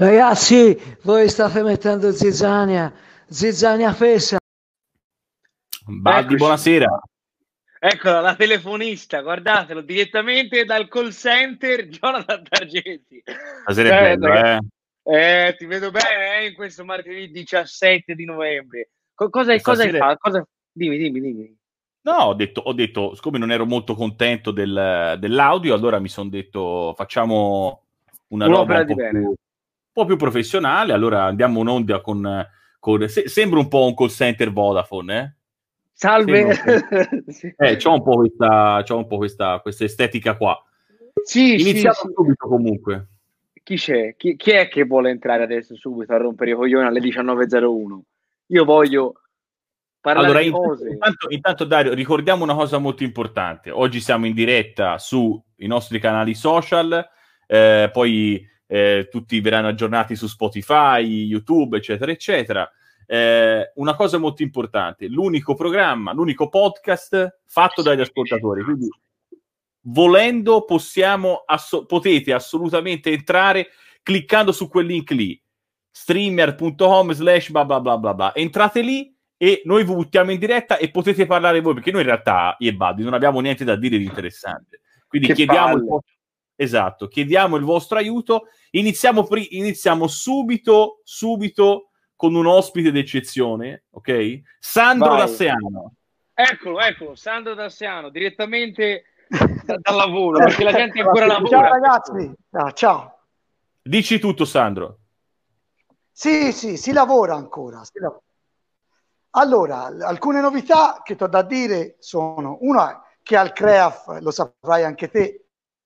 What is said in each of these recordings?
Ragazzi, voi state mettendo zizzania, zizzania fessa. Baldi, buonasera. Eccola, la telefonista, guardatelo, direttamente dal call center, Jonathan D'Argenti. Stasera è bello, ti vedo bene in questo martedì 17 di novembre. Cosa hai fatto? Dimmi. No, ho detto, siccome non ero molto contento dell'audio, allora mi sono detto facciamo una roba un po' più professionale, allora andiamo un'onda con sembra un po' un call center Vodafone, eh? Salve. C'ho un po' questa estetica qua. Iniziamo subito comunque. Chi c'è? Chi è che vuole entrare adesso subito a rompere i coglioni alle 19.01? Io voglio parlare di cose. Intanto Dario, ricordiamo una cosa molto importante. Oggi siamo in diretta sui nostri canali social, poi tutti verranno aggiornati su Spotify, YouTube, eccetera, eccetera. Una cosa molto importante, l'unico podcast fatto dagli ascoltatori, quindi volendo potete assolutamente entrare cliccando su quel link lì, streamer.com/, bla bla bla bla bla, entrate lì e noi vi buttiamo in diretta e potete parlare voi, perché noi in realtà, io e Baldi, non abbiamo niente da dire di interessante, quindi chiediamo il vostro aiuto. Iniziamo subito con un ospite d'eccezione, ok? Sandro Dassiano. Eccolo, Sandro Dassiano, direttamente dal lavoro, perché la gente ancora lavora. Ciao ragazzi, ciao. Dici tutto, Sandro. Sì, si lavora ancora. Allora, alcune novità che ti ho da dire sono, una, che al CREAF, lo saprai anche te,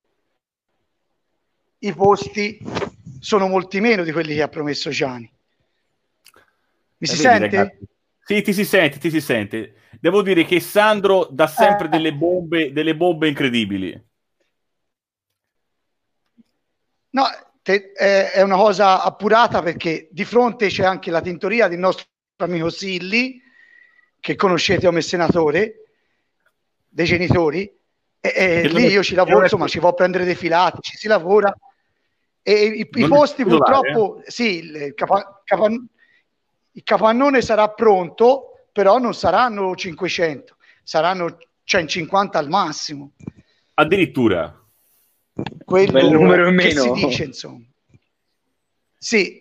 i posti sono molti meno di quelli che ha promesso Gianni. Mi si sente? Ragazzi. Sì, ti si sente. Devo dire che Sandro dà sempre delle bombe incredibili. No, è una cosa appurata, perché di fronte c'è anche la tintoria del nostro amico Silli, che conoscete come senatore, dei genitori, e lì io ci lavoro, insomma, ci vado a prendere dei filati, ci si lavora, e i posti purtroppo, sì, il capannone sarà pronto, però non saranno 500, saranno 150 al massimo. Addirittura. Quello il numero in meno. Che si dice, insomma. Sì.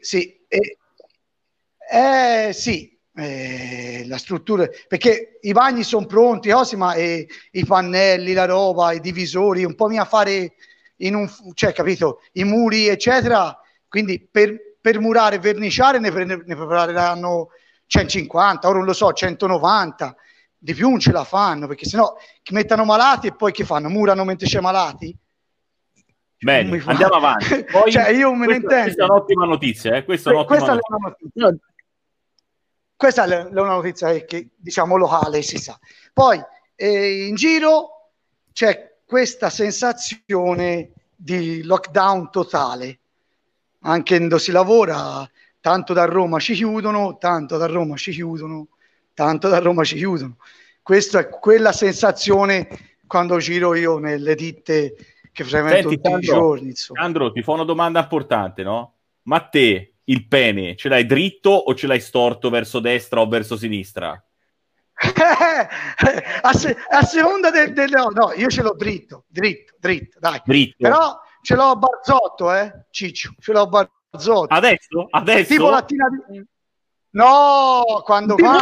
La struttura, perché i bagni sono pronti, ma i pannelli, la roba, i divisori, un po' a fare capito, i muri, eccetera. Quindi per murare e verniciare ne prepareranno 150, ora non lo so, 190, di più non ce la fanno, perché sennò mettono malati e poi che fanno? Murano mentre c'è malati? Bene, andiamo avanti. Poi, io me ne intendo. Questa è un'ottima notizia, Questa è una notizia che diciamo locale, si sa. Poi in giro c'è questa sensazione di lockdown totale, anche quando si lavora, tanto da Roma ci chiudono, tanto da Roma ci chiudono, tanto da Roma ci chiudono. Questa è quella sensazione quando giro io nelle ditte che frequento tutti i giorni. Sandro, ti fa una domanda importante, no? Ma te il pene ce l'hai dritto o ce l'hai storto verso destra o verso sinistra? A seconda no, io ce l'ho dritto, dai. Dritto. Però ce l'ho a barzotto, Ciccio, ce l'ho a barzotto. Adesso? Tipo lattina di... No, quando tipo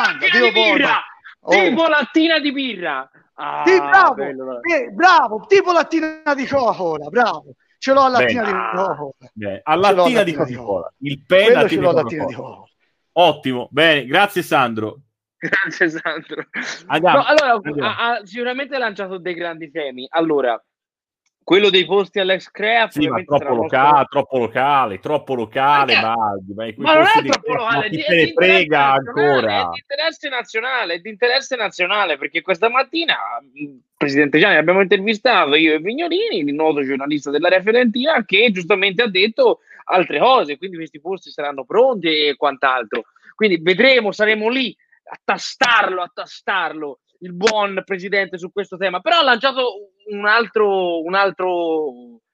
lattina di birra. Sì, bravo, tipo lattina di Coca-Cola, bravo. Ce l'ho a lattina di Coca-Cola. A lattina di Coca-Cola. Il pene ce l'ho a lattina di Coca-Cola. Ottimo, bene, grazie Sandro. Grazie Sandro. Andiamo. Ha sicuramente lanciato dei grandi temi. Allora, quello dei posti all'ex CREAF, sì, ma troppo locale, ma non è troppo locale, chi se ne frega ancora. È di interesse nazionale, perché questa mattina Presidente Gianni abbiamo intervistato io e Vignolini, il noto giornalista dell'area fiorentina, che giustamente ha detto altre cose, quindi questi posti saranno pronti e quant'altro. Quindi vedremo, saremo lì a tastarlo il buon presidente su questo tema, però ha lanciato un altro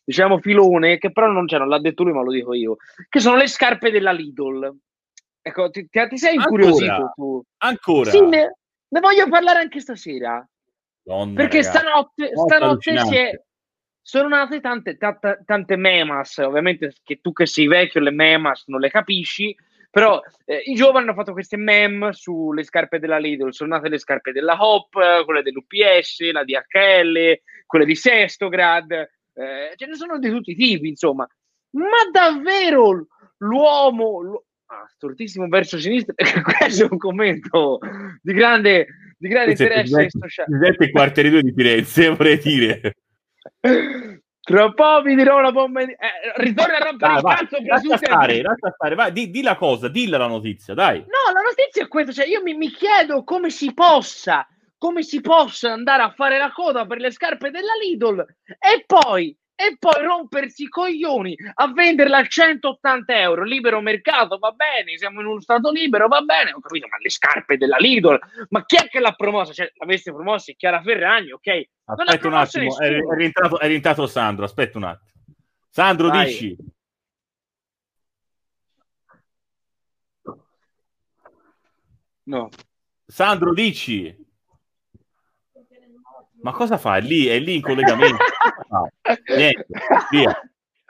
diciamo, filone, che però non l'ha detto lui, ma lo dico io, che sono le scarpe della Lidl. Ecco, ti sei incuriosito tu? Ancora? Sì, ne voglio parlare anche stasera. Donna, perché ragazzi, stanotte sono nate tante memas, ovviamente che tu che sei vecchio le memas non le capisci, però i giovani hanno fatto queste meme sulle scarpe della Lidl, sono nate le scarpe della Hop, quelle dell'UPS, la DHL, quelle di Sestograd, ce ne sono di tutti i tipi, insomma. Ma davvero l'uomo... stortissimo verso sinistra, questo è un commento di grande interesse sociale. Presidente quartiere 2 di Firenze, vorrei dire. Tra un po' vi dirò una bomba ritorna a rompere il cazzo. Lascia stare, vai, di la cosa, dilla la notizia, dai. No, la notizia è questa, cioè io mi chiedo come si possa andare a fare la coda per le scarpe della Lidl e poi rompersi i coglioni a venderla a 180 euro, libero mercato, va bene, siamo in uno stato libero, va bene, ho capito, ma le scarpe della Lidl, ma chi è che l'ha promossa? Cioè, l'avesse promossa Chiara Ferragni, ok? Aspetta un attimo, è rientrato Sandro, aspetta un attimo. Sandro, vai. Dici. No. Sandro, dici. Ma cosa fa? È lì in collegamento. Niente, via.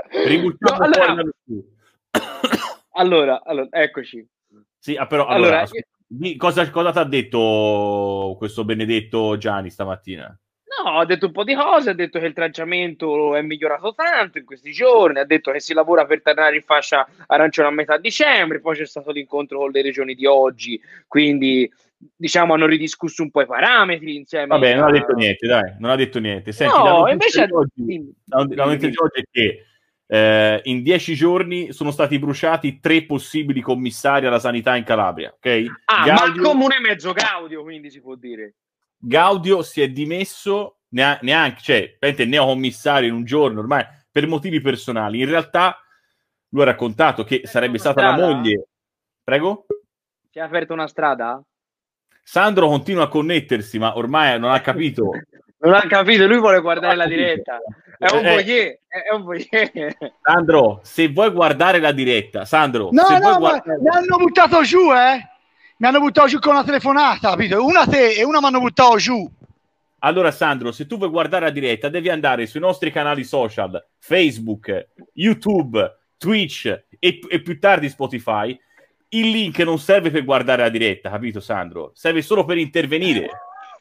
Allora, eccoci. Sì, però allora cosa ti ha detto questo benedetto Gianni stamattina? No, ha detto un po' di cose, ha detto che il tracciamento è migliorato tanto in questi giorni, ha detto che si lavora per tornare in fascia arancione a metà dicembre, poi c'è stato l'incontro con le regioni di oggi, quindi diciamo hanno ridiscusso un po' i parametri insieme. Vabbè, non ha detto niente, dai, non ha detto niente. Senti, no, la notizia invece di oggi è che in 10 giorni sono stati bruciati 3 possibili commissari alla sanità in Calabria, ok? Gaudio, ma comune mezzo Gaudio, quindi si può dire. Gaudio si è dimesso neanche, cioè, neocommissario in un giorno, ormai per motivi personali. In realtà lui ha raccontato che sarebbe stata la moglie. Prego? Si è aperta una strada? Sandro continua a connettersi, ma ormai non ha capito. Non ha capito, lui vuole guardare la diretta. È un voyeur. Sandro, se vuoi guardare la diretta, Sandro, mi hanno buttato giù, mi hanno buttato giù con una telefonata, capito? Una te e una mi hanno buttato giù. Allora Sandro, se tu vuoi guardare la diretta devi andare sui nostri canali social, Facebook, YouTube, Twitch e più tardi Spotify. Il link non serve per guardare la diretta, capito Sandro? Serve solo per intervenire.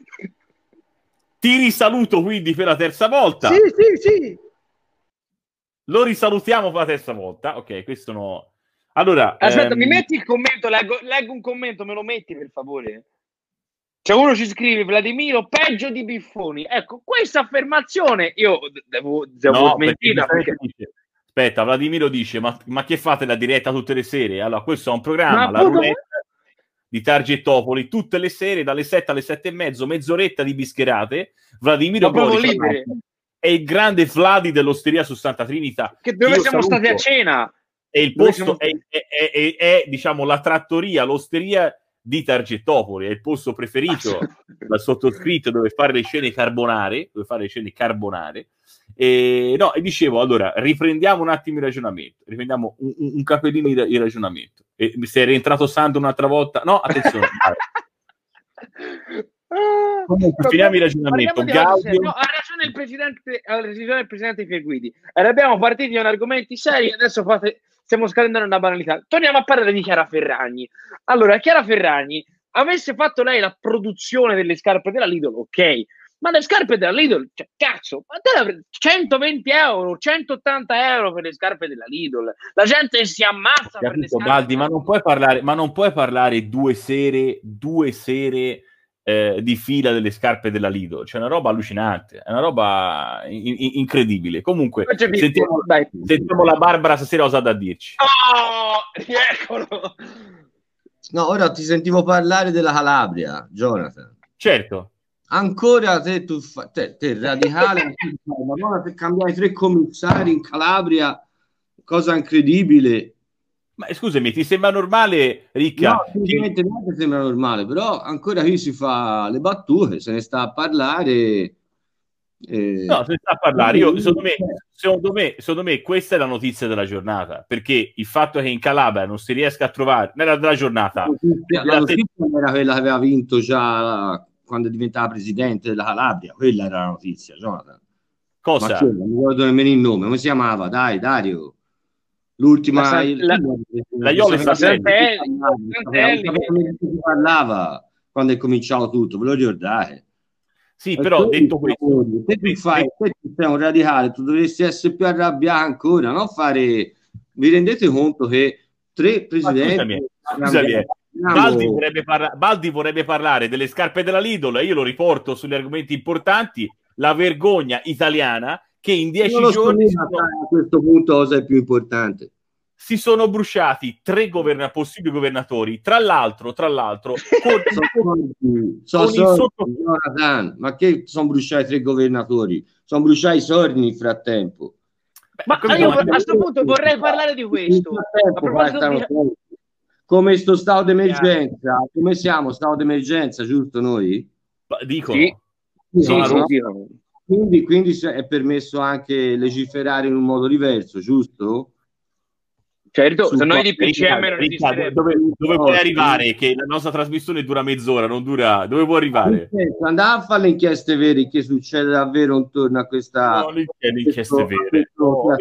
Ti risaluto quindi per la terza volta. Sì. Lo risalutiamo per la terza volta. Ok, questo no... Allora, aspetta, mi metti il commento, leggo un commento, me lo metti per favore? Cioè uno ci scrive, Vladimiro, peggio di Biffoni. Ecco, questa affermazione io devo smentirla. Aspetta, Vladimiro dice, ma che fate la diretta tutte le sere? Allora, questo è un programma, la roulette di Targetopoli, tutte le sere, dalle 7 alle 7 e mezzo, mezz'oretta di bischerate. Vladimiro è il grande Vladi dell'Osteria su Santa Trinita. Che dove siamo stati a cena? E il posto è diciamo la trattoria, l'osteria di Targetopoli, è il posto preferito dal sottoscritto dove fare le scene carbonare, e dicevo, allora riprendiamo un attimo il ragionamento, riprendiamo un capellino di ragionamento. E se è rientrato Sandro un'altra volta, no, attenzione. Comunque, finiamo il ragionamento. No, ha ragione il presidente Fierguidi. Eravamo partiti con argomenti seri, adesso stiamo scadendo nella banalità. Torniamo a parlare di Chiara Ferragni. Allora, Chiara Ferragni avesse fatto lei la produzione delle scarpe della Lidl, ok, ma le scarpe della Lidl, cioè, cazzo, ma te 120 euro, 180 euro per le scarpe della Lidl, la gente si ammazza per le scarpe. Baldi, ma non puoi parlare 2 sere di fila delle scarpe della Lidl, c'è una roba allucinante, è una roba incredibile. Comunque sentiamo la Barbara stasera cosa ha da dirci. Eccolo. No, ora ti sentivo parlare della Calabria, Jonathan. Certo. Ancora te radicale, ma per cambiare 3 commissari in Calabria, cosa incredibile. Ma scusami, ti sembra normale, Ricca? No, sicuramente non ti sembra normale, però ancora qui si fa le battute, se ne sta a parlare. No, senza parlare, secondo me questa è la notizia della giornata, perché il fatto che in Calabria non si riesca a trovare, non era della giornata, la notizia era quella che aveva vinto già quando diventava presidente della Calabria, quella era la notizia, Jonathan. Cosa? Ma chi, non mi ricordo nemmeno il nome, come si chiamava? Dai, Dario. L'ultima... La Iole Santelli. Parlava quando è cominciato tutto, ve lo ricordate? Sì, però detto questo, tu sei un radicale, tu dovresti essere più arrabbiato ancora, non fare. Vi rendete conto che 3 presidenti. Scusami, Baldi vorrebbe parlare delle scarpe della Lidl e io lo riporto sugli argomenti importanti. La vergogna italiana che in 10 giorni a questo punto cosa è più importante? Si sono bruciati 3 possibili governatori, tra l'altro ma che sono bruciati 3 governatori? Sono bruciati i soldi nel frattempo. Ma io a questo punto vorrei parlare di questo. Come sto stato d'emergenza, come siamo stato d'emergenza, giusto noi? Dicono. Quindi è permesso anche legiferare in un modo diverso, giusto? Certo, se noi di PCM non esisterebbe. Dove vuoi arrivare? Che la nostra trasmissione dura mezz'ora, non dura... Dove vuoi arrivare? Andava a fare le inchieste vere, che succede davvero intorno a questa... No, le inchieste vere.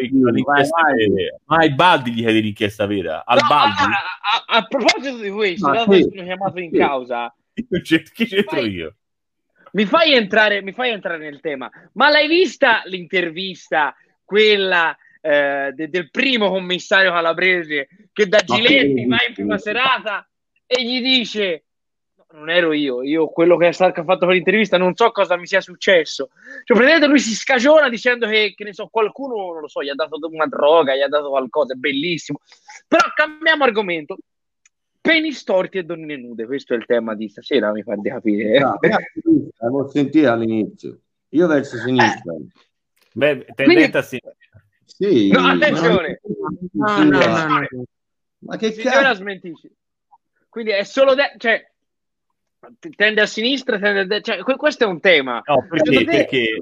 Ma ai Baldi gli chiedi l'inchiesta vera? Al Baldi? A proposito di questo, dato che sono chiamato in causa... Chi c'entro io? Mi fai entrare nel tema. Ma l'hai vista l'intervista, quella... del primo commissario calabrese che da Giletti va in prima serata e gli dice no, non ero io quello che ha fatto l'intervista, non so cosa mi sia successo, cioè praticamente lui si scagiona dicendo che ne so, qualcuno, non lo so, gli ha dato una droga, gli ha dato qualcosa, è bellissimo. Però cambiamo argomento. Peni storti e donne nude, questo è il tema di stasera, mi fa di capire. L'avevo sentito all'inizio, io verso sinistra. Tendente a sinistra. Sì, no, attenzione. No. Ma che signora smentisce. Quindi è solo cioè tende a sinistra, cioè, questo è un tema. No, perché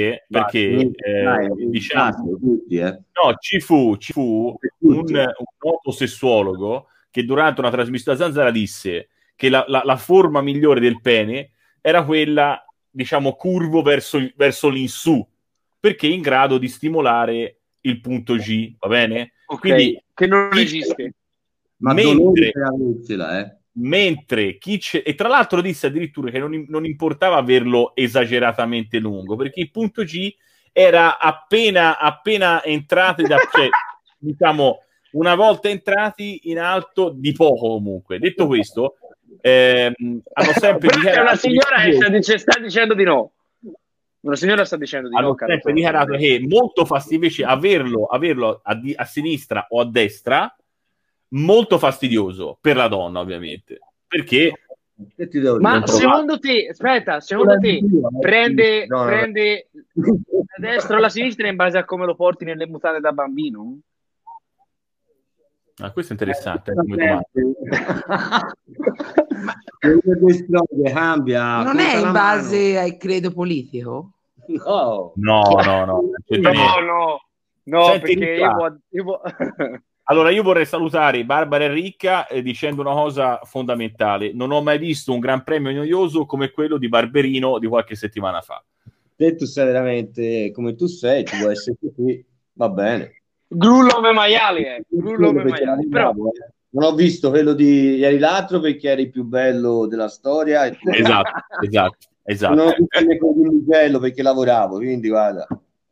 diciamo no, ci fu un noto sessuologo che durante una trasmissione da Zanzara disse che la forma migliore del pene era quella, diciamo, curvo verso l'insù, perché è in grado di stimolare il punto G, va bene? Okay, quindi che non esiste. Ma mentre e tra l'altro disse addirittura che non importava averlo esageratamente lungo, perché il punto G era appena entrati cioè, diciamo una volta entrati in alto di poco comunque. Detto questo, hanno sempre dichiarato una signora che sta dicendo di no. Una signora sta dicendo di hanno sempre dichiarato che è molto fastidioso averlo a sinistra o a destra, molto fastidioso per la donna, ovviamente, perché ma secondo te, aspetta, prende a destra o alla sinistra in base a come lo porti nelle mutande da bambino? Questo è interessante come domanda. Cambia, non è in base al credo politico? No, Senti, perché allora io vorrei salutare Barbara Enricca dicendo una cosa fondamentale: non ho mai visto un gran premio noioso come quello di Barberino di qualche settimana fa. Se tu sei veramente come tu sei, tu vuoi essere qui, va bene. Grullo come maiale, però non ho visto quello di ieri l'altro perché eri il più bello della storia. Esatto. Non ho visto quello di Mugello perché lavoravo, quindi guarda.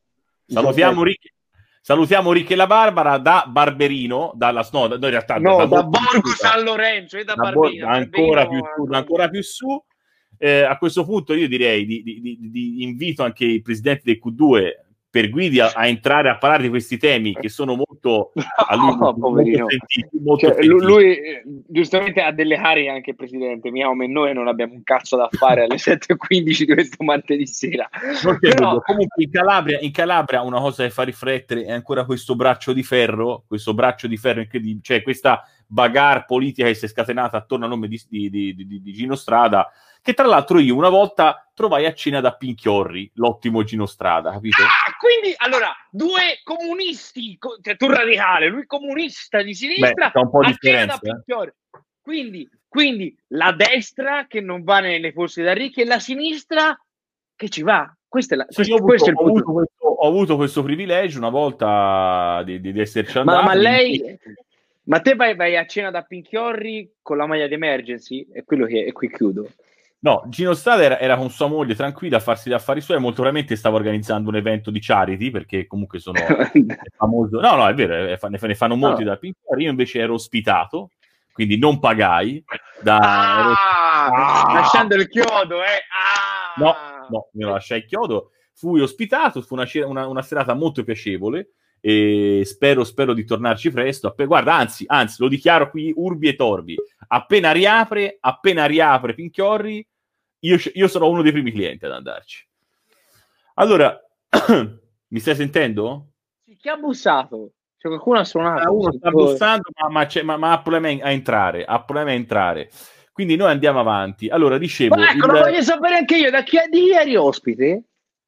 Salutiamo Ricchi e la Barbara da Barberino, da Borgo San Lorenzo e da Barberino, ancora più su. A questo punto io direi di invito anche il presidente del Q2 per Guidi a entrare a parlare di questi temi che sono molto poverino. Lui giustamente ha delle cariche anche il presidente, come noi non abbiamo un cazzo da fare alle 7:15 di questo martedì sera. Comunque in Calabria una cosa che fa riflettere è ancora questo braccio di ferro incredibile, cioè questa bagarre politica che si è scatenata attorno al nome di Gino Strada, che tra l'altro io una volta trovai a cena da Pinchiorri, l'ottimo Gino Strada, capito? Ah, quindi, allora, due comunisti, cioè tu radicale, lui comunista di sinistra, c'è un po' di a cena differenza, da Pinchiorri. Quindi la destra che non va nelle fosse da ricchi e la sinistra che ci va. Questo è il punto. Ho avuto questo privilegio una volta di esserci andato. Ma te vai a cena da Pinchiorri con la maglia di Emergency? È quello che è, qui chiudo. No, Gino Strada era con sua moglie tranquilla a farsi gli affari suoi, molto probabilmente stava organizzando un evento di charity, perché comunque sono famoso. No, è vero, ne fanno molti da Pinchiorri, io invece ero ospitato, quindi non pagai. Lasciando il chiodo, No, io non lasciai il chiodo, fui ospitato, fu una serata molto piacevole, e spero di tornarci presto. Guarda, anzi, lo dichiaro qui urbi e torbi, appena riapre Pinchiorri, io sarò uno dei primi clienti ad andarci. Allora, mi stai sentendo? Sì, chi ha bussato? C'è qualcuno ha suonato? Uno sta bussando, ma ha problemi a entrare. Quindi noi andiamo avanti. Allora, dicevo... Ma ecco, lo voglio sapere anche io, da chi eri ospite?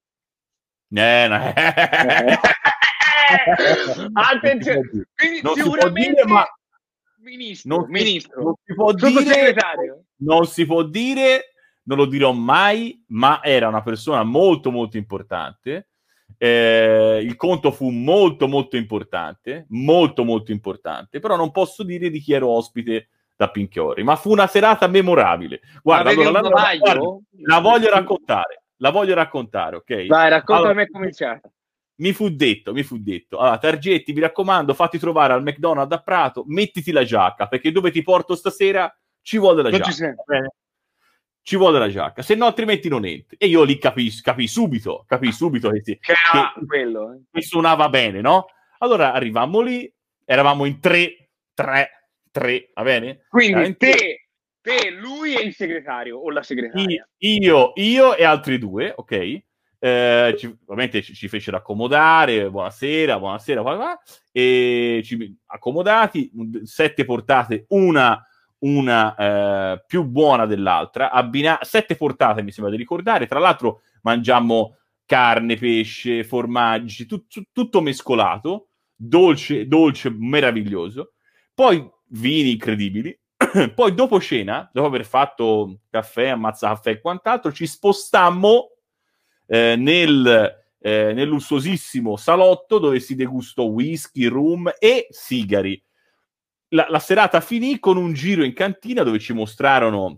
Attenzione, quindi non sicuramente si può dire, ma ministro, non si può dire, non si può dire, non lo dirò mai, ma era una persona molto molto importante. Il conto fu molto molto importante, però non posso dire di chi ero ospite da Pinchiorri, ma fu una serata memorabile. Guarda, allora la voglio raccontare, ok? Vai, racconta come è cominciata. Mi fu detto, allora, Targetti, mi raccomando, fatti trovare al McDonald's a Prato, mettiti la giacca, perché dove ti porto stasera ci vuole la giacca. Ci vuole la giacca, se no altrimenti non entri. E io lì capii subito che suonava bene, no? Allora arrivammo lì, eravamo in tre, va bene? Quindi te, lui e il segretario o la segretaria? Io e altri due, ok? Ovviamente ci fecero accomodare, buonasera, e ci accomodati, 7 portate, una più buona dell'altra, 7 portate mi sembra di ricordare, tra l'altro mangiammo carne, pesce, formaggi, tutto mescolato, dolce meraviglioso, poi vini incredibili. Poi dopo cena, dopo aver fatto caffè, ammazza caffè e quant'altro, ci spostammo nel lussuosissimo salotto dove si degustò whisky, rum e sigari. La serata finì con un giro in cantina dove ci mostrarono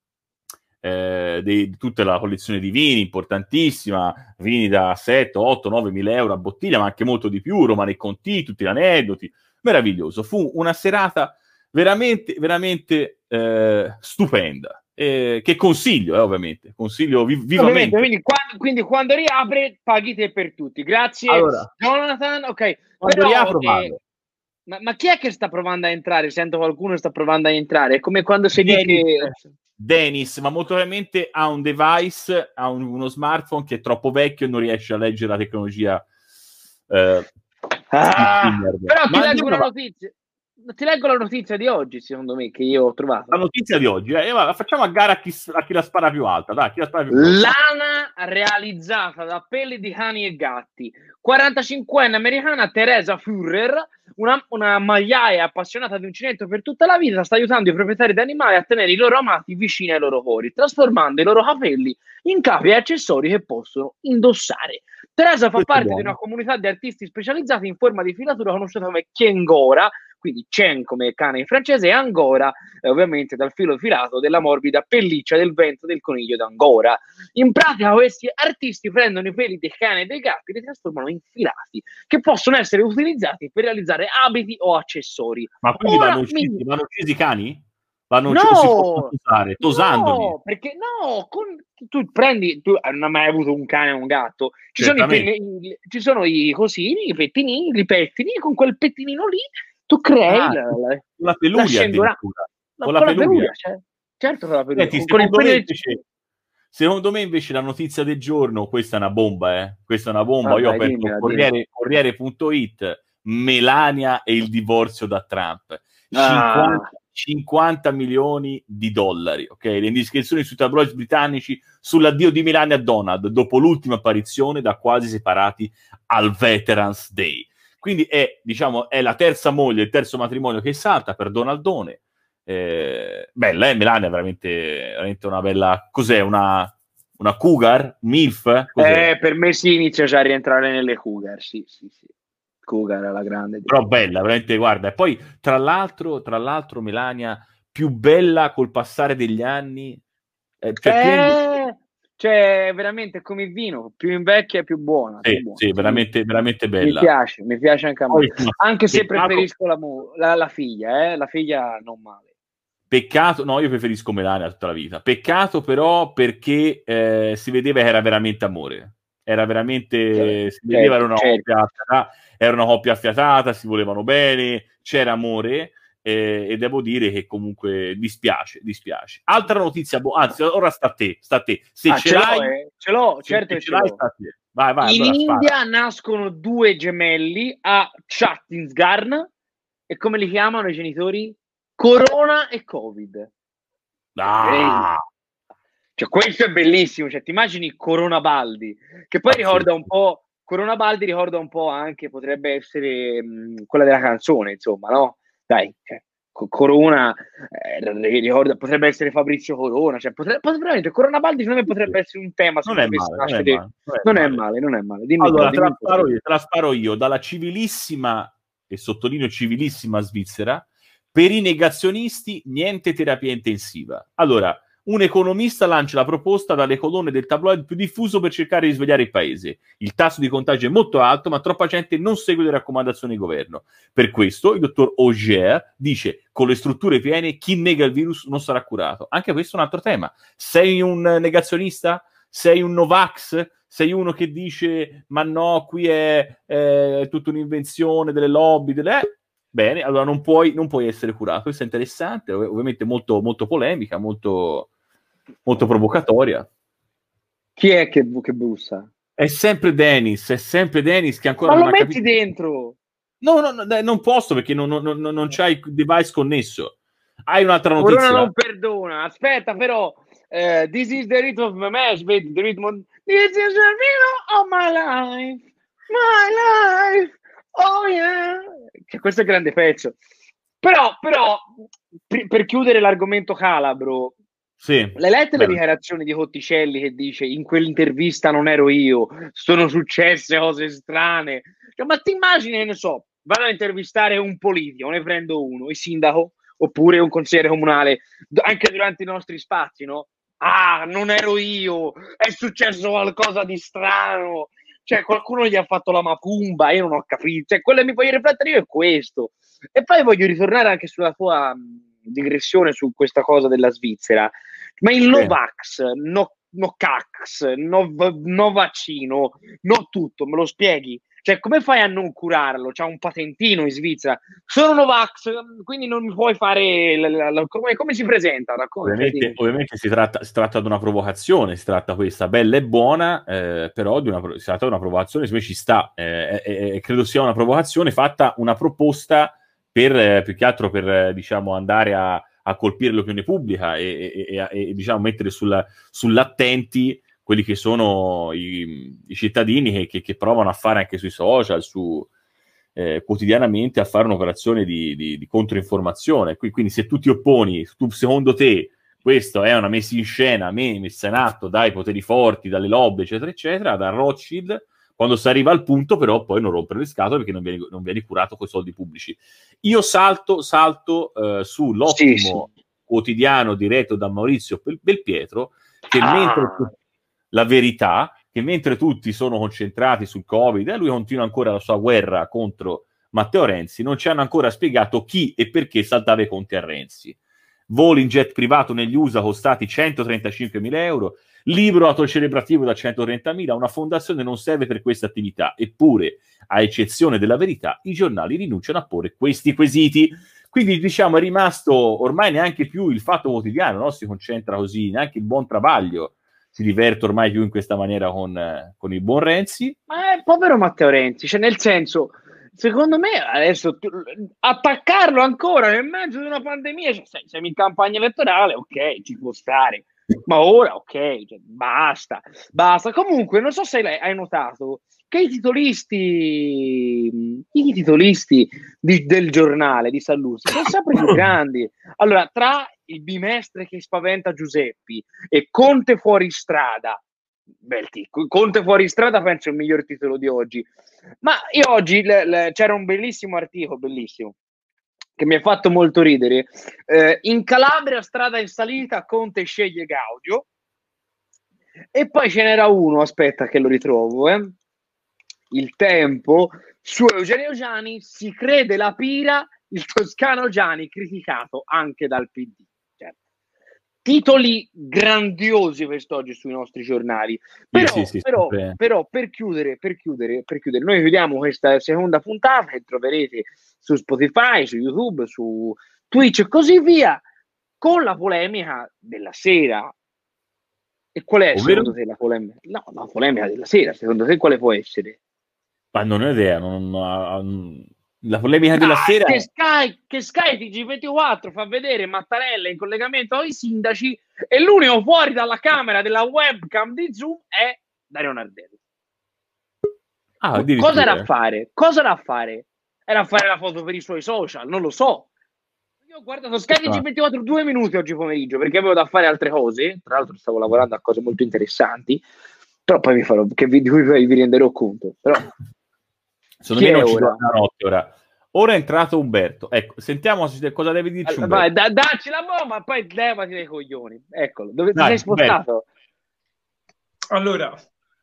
tutta la collezione di vini, importantissima, vini da 7, 8, 9 mila euro a bottiglia, ma anche molto di più, Romane Conti, tutti gli aneddoti, meraviglioso. Fu una serata veramente, veramente stupenda. Che consiglio, ovviamente, consiglio vivamente. Quindi quando riapre paghi te per tutti. Grazie, allora, Jonathan. Ok, quando riapro pago. Ma chi è che sta provando a entrare? Sento qualcuno sta provando a entrare. È come quando si dice Dennis, ma molto probabilmente ha un device, ha uno smartphone che è troppo vecchio e non riesce a leggere la tecnologia. Però ti leggo una notizia. Ti leggo la notizia di oggi, secondo me, che io ho trovato. La notizia di oggi, facciamo a gara a chi la spara più alta. Dai, chi la spara più alta. Lana realizzata da peli di cani e gatti. 45enne americana Teresa Führer, una magliaia appassionata di uncinetto per tutta la vita, sta aiutando i proprietari di animali a tenere i loro amati vicini ai loro cuori, trasformando i loro capelli in capi e accessori che possono indossare. Teresa fa parte di una comunità di artisti specializzati in forma di filatura conosciuta come Chiengora, quindi Chen come cane in francese, e Angora, ovviamente dal filo filato della morbida pelliccia del vento del coniglio d'Angora. In pratica questi artisti prendono i peli dei cani e dei gatti e li trasformano in filati, che possono essere utilizzati per realizzare abiti o accessori. Ma quindi vanno uccisi i cani? Si possono usare, tosandoli? No, perché tu non hai mai avuto un cane o un gatto, ci sono i cosini, i pettinini, i pettini, con quel pettinino lì tu crei la peluria con la peluria, certo, con la peluria. Secondo me invece la notizia del giorno, questa è una bomba, questa è una bomba. Io ho aperto Corriere.it, Melania e il divorzio da Trump. 50 milioni di dollari, ok? Le indiscrezioni sui tabloid britannici sull'addio di Melania a Donald dopo l'ultima apparizione da quasi separati al Veterans Day. Quindi è la terza moglie, il terzo matrimonio che salta per Donaldone. Bella, Melania è veramente una bella... Cos'è? Una cougar? MILF? Per me sì, inizia già a rientrare nelle cougar, sì. Cougar alla grande. Però bella, veramente, guarda. E poi, tra l'altro, Melania più bella col passare degli anni. Cioè, veramente come il vino, più invecchia più buona. Sì, veramente bella. Mi piace anche a me. Anche se preferisco la figlia, la figlia non male. Peccato, no, io preferisco Melania tutta la vita. Peccato però perché si vedeva che era veramente amore. Era veramente, si vedeva, era una coppia affiatata, si volevano bene, c'era amore, e devo dire che comunque dispiace. Altra notizia, anzi, ora sta a te. Se ce l'hai, ce l'ho, certo che ce l'ho. Sta a te. Vai, in India nascono 2 gemelli a Chhattisgarh, e come li chiamano i genitori? Corona e Covid. Cioè, questo è bellissimo, cioè ti immagini Corona Baldi, che poi ricorda un po', Corona Baldi ricorda un po' anche, potrebbe essere quella della canzone, insomma, no? Dai, cioè, Corona ricorda, potrebbe essere Fabrizio Corona, cioè potrebbe, Corona Baldi secondo me potrebbe essere un tema. Non è male. Dimmi, allora, te la sparo io, dalla civilissima, e sottolineo civilissima Svizzera, per i negazionisti niente terapia intensiva. Allora, un economista lancia la proposta dalle colonne del tabloid più diffuso per cercare di svegliare il paese. Il tasso di contagio è molto alto, ma troppa gente non segue le raccomandazioni di governo. Per questo il dottor Auger dice: con le strutture piene, chi nega il virus non sarà curato. Anche questo è un altro tema. Sei un negazionista? Sei un Novax? Sei uno che dice: ma no, qui è tutta un'invenzione delle lobby, Bene, allora non puoi essere curato. Questo è interessante, ovviamente molto, molto polemica, molto, molto provocatoria. Chi è che bussa? È sempre Dennis che ancora ma non lo ha metti capito. Dentro? No, non posso, perché non c'hai il device connesso. Hai un'altra notizia? Corona non perdona. Aspetta, però this is the rhythm of my match, baby. The rhythm this is the rhythm of my life. Oh yeah. Che questo è il grande pezzo. Però per chiudere l'argomento calabro, sì, l'hai lette le dichiarazioni di Cotticelli che dice: in quell'intervista non ero io, sono successe cose strane. Cioè, ma ti immagini, che ne so, vado a intervistare un politico, ne prendo uno, il sindaco oppure un consigliere comunale, anche durante i nostri spazi, no? Non ero io, è successo qualcosa di strano. Cioè, qualcuno gli ha fatto la macumba, io non ho capito. Cioè, quello che mi voglio riflettere io è questo. E poi voglio ritornare anche sulla tua digressione su questa cosa della Svizzera. Ma il Novax, no Cax, no vaccino, no tutto, me lo spieghi? Cioè, come fai a non curarlo? C'ha un patentino in Svizzera. Sono Novax, quindi non mi puoi fare... come si presenta? Ovviamente si tratta di una provocazione, si tratta questa bella e buona, però si tratta di una provocazione, secondo me ci sta. Credo sia una provocazione fatta, una proposta più che altro per diciamo, andare a colpire l'opinione pubblica e diciamo, mettere sull'attenti quelli che sono i cittadini che provano a fare anche sui social, quotidianamente a fare un'operazione di controinformazione. Quindi se tu ti opponi, secondo te questo è una messa in scena, messa in atto dai poteri forti, dalle lobby, eccetera, eccetera, da Rothschild, quando si arriva al punto però poi non rompere le scatole perché non vieni curato con i soldi pubblici. Io salto sull'ottimo quotidiano diretto da Maurizio Belpietro, che mentre la verità, che mentre tutti sono concentrati sul Covid e lui continua ancora la sua guerra contro Matteo Renzi, non ci hanno ancora spiegato chi e perché saltava i conti a Renzi. Voli in jet privato negli USA costati 135.000 euro, libro autocelebrativo da 130.000, una fondazione non serve per questa attività, eppure, a eccezione della verità, i giornali rinunciano a porre questi quesiti. Quindi diciamo è rimasto ormai neanche più il Fatto Quotidiano, no? Si concentra così, neanche il Buon Travaglio si diverte ormai più in questa maniera con il buon Renzi. Ma è povero Matteo Renzi, cioè nel senso, secondo me adesso attaccarlo ancora nel mezzo di una pandemia, cioè, siamo in campagna elettorale, ok, ci può stare, ma ora ok, cioè, basta. Comunque non so se hai notato che i titolisti del giornale di Sallusti sono sempre più grandi. Allora, tra il bimestre che spaventa Giuseppi e Conte fuori strada, Conte fuori strada penso è il miglior titolo di oggi. Ma io oggi c'era un bellissimo articolo, bellissimo, che mi ha fatto molto ridere. In Calabria, strada in salita, Conte sceglie Gaudio. E poi ce n'era uno, aspetta che lo ritrovo, Il Tempo, su Eugenio Giani, si crede la pira, il toscano Giani criticato anche dal PD. Certo. Titoli grandiosi quest'oggi sui nostri giornali. Però per chiudere, noi vediamo questa seconda puntata che troverete su Spotify, su YouTube, su Twitch e così via, con la polemica della sera. E qual è secondo te la polemica? No, la polemica della sera, secondo te quale può essere? Ma non ho idea, la polemica della sera che Sky TG24 fa vedere Mattarella in collegamento ai sindaci e l'unico fuori dalla camera della webcam di Zoom è Dario Nardelli. Cosa era a fare? Era a fare la foto per i suoi social, non lo so. Io ho guardato Sky TG24 2 minuti oggi pomeriggio perché avevo da fare altre cose, tra l'altro stavo lavorando a cose molto interessanti, però poi di cui vi renderò conto. Però secondo me non ci sono una notte ora. Ora è entrato Umberto. Ecco, sentiamo cosa deve dirci Umberto. Vai, dacci la bomba, poi levati dai coglioni. Eccolo, dove ti sei spostato? Allora,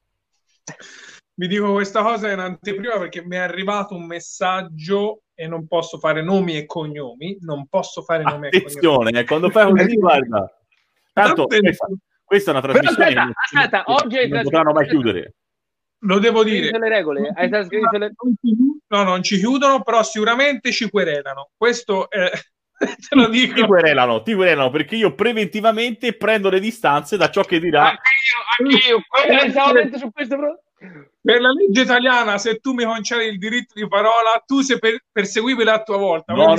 vi dico questa cosa in anteprima perché mi è arrivato un messaggio e non posso fare nomi e cognomi. Attenzione, quando fai così, guarda. Tanto questa è una trasmissione che aspetta, oggi non potranno mai chiudere. Lo devo dire. Le regole? Hai trascritto le... No, non ci chiudono, però sicuramente ci querelano. Questo è... te lo dico. Ti querelano perché io preventivamente prendo le distanze da ciò che dirà. Anch'io. Su questo per la legge italiana, se tu mi concedi il diritto di parola, tu sei perseguibile a tua volta. No.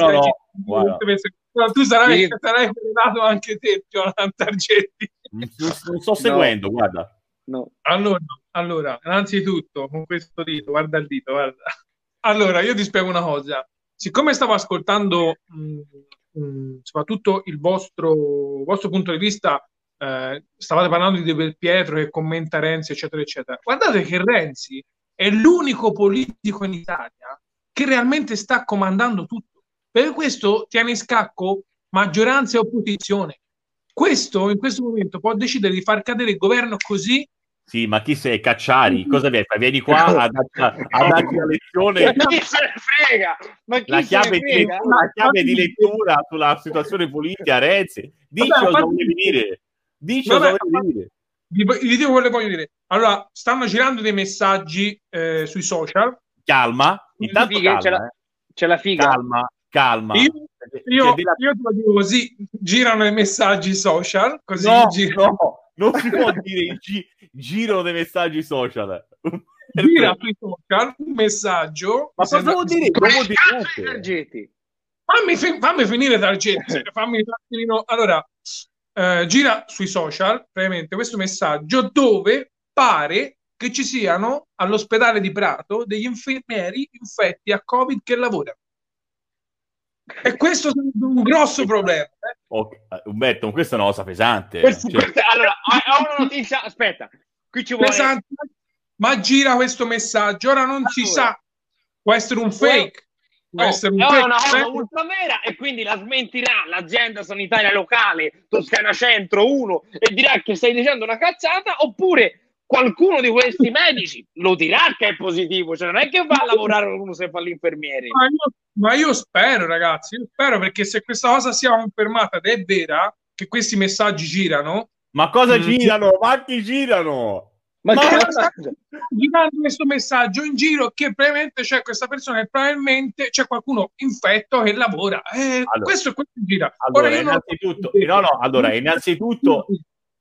Tu sarai querelato anche te, Jonathan Targetti. Non sto seguendo, guarda. No. Allora, innanzitutto, con questo dito, guarda il dito, guarda. Allora, io ti spiego una cosa. Siccome stavo ascoltando soprattutto il vostro punto di vista, stavate parlando di De Belpietro che commenta Renzi, eccetera, eccetera. Guardate che Renzi è l'unico politico in Italia che realmente sta comandando tutto. Per questo tiene in scacco maggioranza e opposizione. Questo in questo momento può decidere di far cadere il governo così. Sì, ma chi sei? Cacciari? Cosa vieni? Vieni qua a darti la lezione. Ma chi se ne frega? La chiave di lettura sulla situazione politica, Renzi. Dici cosa volevi dire. Vi dico quello che voglio dire. Allora, stanno girando dei messaggi sui social. Calma. Intanto c'è la figa. Calma. Io te lo dico così, girano i messaggi social, così non si può dire girano dei messaggi social. Gira sui social un messaggio. Ma cosa vuol dire? Fammi finire Targetti. Allora, gira sui social, praticamente, questo messaggio dove pare che ci siano all'ospedale di Prato degli infermieri infetti a Covid che lavorano. E questo è un grosso problema. Okay. Umberto, questa è una cosa pesante. Allora, ho una notizia, aspetta, qui ci vuole... Pesante, ma gira questo messaggio, ora non si sa, può essere un fake. Può essere un fake. Una cosa ultra vera e quindi la smentirà l'azienda sanitaria locale Toscana Centro 1 e dirà che stai dicendo una cazzata, oppure qualcuno di questi medici lo dirà che è positivo, cioè non è che va a lavorare uno se fa l'infermiere. Ma io spero, ragazzi, perché se questa cosa sia confermata ed è vera, che questi messaggi girano. Ma cosa girano? Ma chi girano? Ma girando questo messaggio in giro che probabilmente c'è questa persona e probabilmente c'è qualcuno infetto che lavora. Allora, questo è quello che gira. Allora, innanzitutto,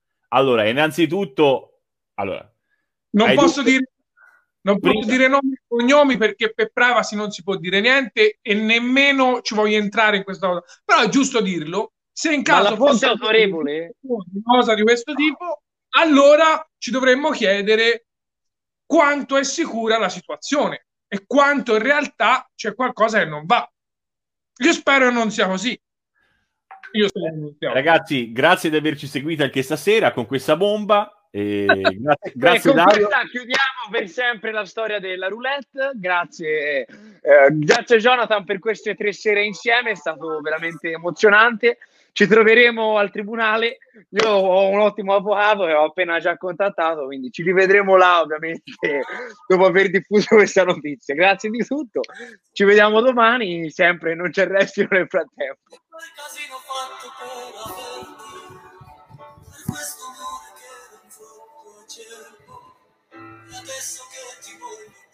non posso dire nomi cognomi perché per privacy non si può dire niente e nemmeno ci voglio entrare in questa cosa. Però è giusto dirlo, se in caso la fonte fosse autorevole una cosa di questo tipo, allora ci dovremmo chiedere quanto è sicura la situazione e quanto in realtà c'è qualcosa che non va. Io spero che non sia così. Ragazzi, grazie di averci seguito anche stasera con questa bomba. Grazie con Dario. questa chiudiamo per sempre la storia della roulette. Grazie, grazie Jonathan per queste 3 sere insieme, è stato veramente emozionante. Ci troveremo al tribunale. Io ho un ottimo avvocato che ho appena già contattato, quindi ci rivedremo là ovviamente dopo aver diffuso questa notizia. Grazie di tutto, ci vediamo domani, sempre non c'è restino nel frattempo. Questo amore che era un frutto acerbo, adesso che ti voglio